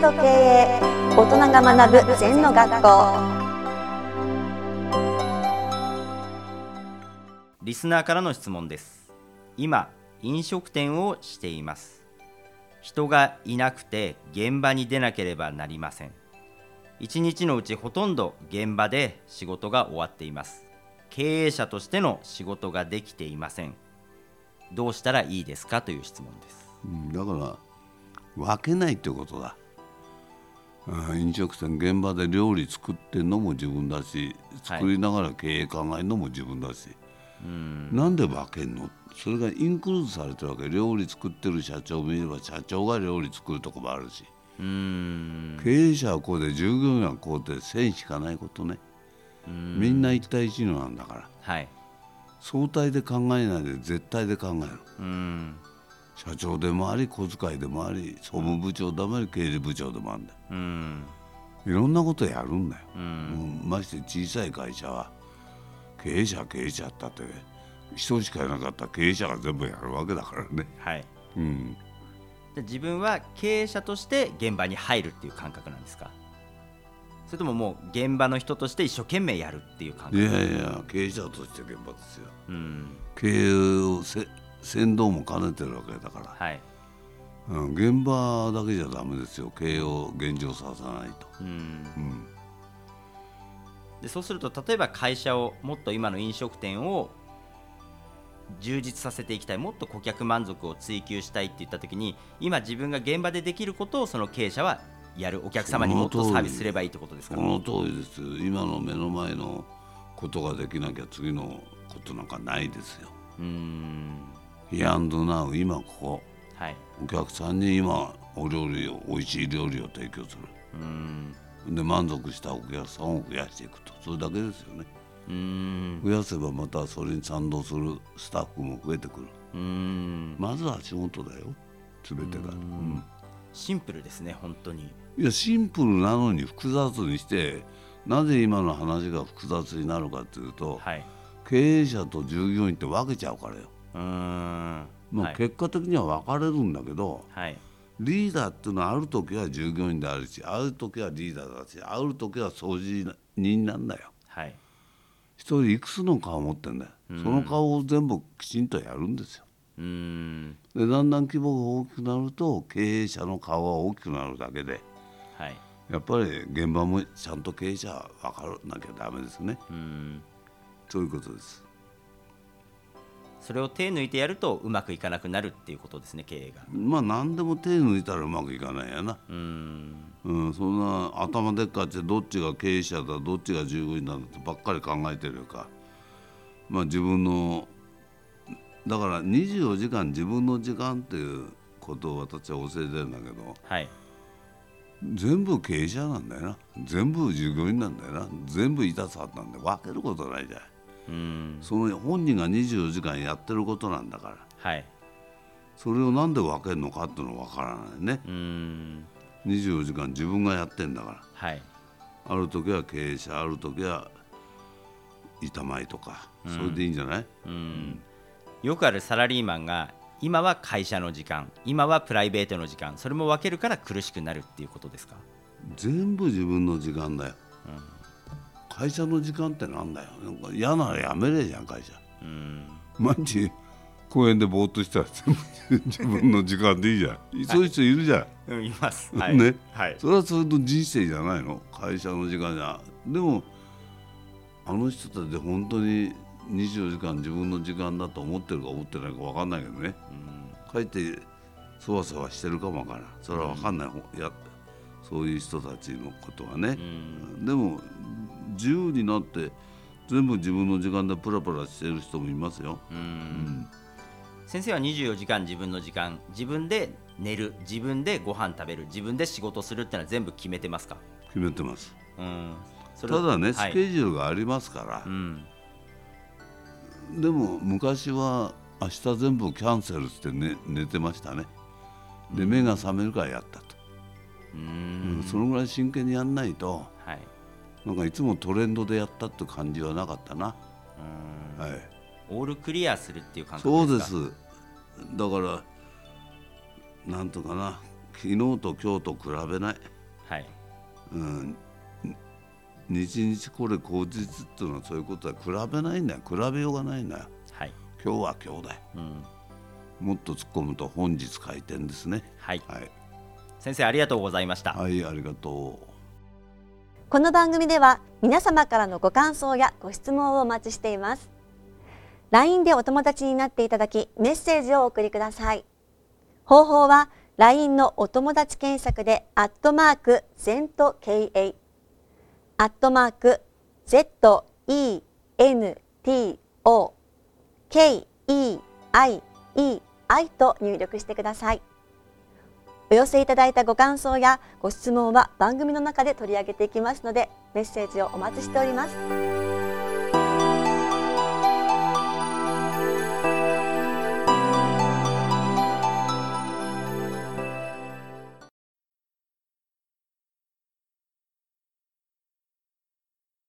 と経営、大人が学ぶ禅の学校。 リスナーからの質問です。今飲食店をしています。人がいなくて現場に出なければなりません。一日のうちほとんど現場で仕事が終わっています。経営者としての仕事ができていません。どうしたらいいですかという質問です。 だから分けないってことだ。飲食店現場で料理作ってんのも自分だし、作りながら経営考えるのも自分だし、なんで分けんの？それがインクルードされてるわけ。料理作ってる社長を見れば社長が料理作るとこもあるし、経営者はこうで従業員はこうで線しかないことね。みんな一対一のなんだから、相対で考えないで絶対で考える。社長でもあり小遣いでもあり総務部長でもあり経理部長でもあるんだよ。いろんなことやるんだよ。まして小さい会社は経営者ったって人しかいなかったら経営者が全部やるわけだからね。 自分は経営者として現場に入るっていう感覚なんですか？それとももう現場の人として一生懸命やるっていう感覚？ いや経営者として現場ですよ。経営を先導も兼ねてるわけだから、現場だけじゃダメですよ。経営を現状させないと。 でそうすると例えば会社をもっと今の飲食店を充実させていきたい、もっと顧客満足を追求したいって言った時に、今自分が現場でできることをその経営者はやる。お客様にもっとサービスすればいいってことですか？ その通りです。今の目の前のことができなきゃ次のことなんかないですよ。ヒアンドナウ、今ここ、お客さんに今お料理を美味しい料理を提供する。で満足したお客さんを増やしていくと、それだけですよね。増やせばまたそれに賛同するスタッフも増えてくる。まずは仕事だよ、全てが。 シンプルですね、本当に。 いやシンプルなのに複雑にして、なぜ今の話が複雑になるかというと、経営者と従業員って分けちゃうからよ。結果的には分かれるんだけど、リーダーっていうのはある時は従業員であるし、ある時はリーダーだし、ある時は掃除人なんだよ。一人いくつの顔を持ってんだよ。その顔を全部きちんとやるんですよ。でだんだん規模が大きくなると経営者の顔が大きくなるだけで、やっぱり現場もちゃんと経営者は分からなきゃダメですね。そういうことです。 それを手抜いてやるとうまくいかなくなるっていうことですね、経営が。 何でも手抜いたらうまくいかないやな。そんな頭でっかちでどっちが経営者だどっちが従業員だってばっかり考えてるか、自分のだから24時間自分の時間っていうことを私は教えてるんだけど、全部経営者なんだよな、全部従業員なんだよな、全部いたさなんで分けることないじゃない。その本人が24時間やってることなんだから、それをなんで分けるのかっていうのは分からないね。24時間自分がやってんだから、ある時は経営者、ある時は板前とか、それでいいんじゃない？ よくあるサラリーマンが今は会社の時間、今はプライベートの時間、それも分けるから苦しくなるっていうことですか？ 全部自分の時間だよ。会社の時間ってなんだよ。なんか嫌ならやめれえじゃん会社。毎日公園でぼーっとしたら全部自分の時間でいいじゃん。そういう人いるじゃん。 います。 ね。それはそれと人生じゃないの。会社の時間じゃ。でもあの人たちで本当に24時間自分の時間だと思ってるか思ってないか分かんないけどね。かえってそわそわしてるかもわからん。それは分かんない。そういう人たちのことはね。でも自由になって全部自分の時間でプラプラしてる人もいますよ。 先生は24時間自分の時間、自分で寝る、自分でご飯食べる、自分で仕事するってのは全部決めてますか？ 決めてます。ただね、スケジュールがありますから、でも昔は明日全部キャンセルして、寝てましたね。で目が覚めるからやったと。そのぐらい真剣にやんないと、なんかいつもトレンドでやったって感じはなかったな。 オールクリアするっていう感覚ですか？ そうです。だからなんとかな、昨日と今日と比べない。 はい、 日々これ口実っていうのはそういうことは比べないんだよ。比べようがないんだよ。 はい、 今日は今日だよ、もっと突っ込むと本日開店ですね。 はい、 はい、 先生ありがとうございました。 はい、ありがとう。 この番組では皆様からのご感想やご質問をお待ちしています。LINE でお友達になっていただきメッセージをお送りください。方法は LINE のお友達検索で@ZENTKEI@ZENTOKEIEI と入力してください。お寄せいただいたご感想やご質問は番組の中で取り上げていきますので、メッセージをお待ちしております。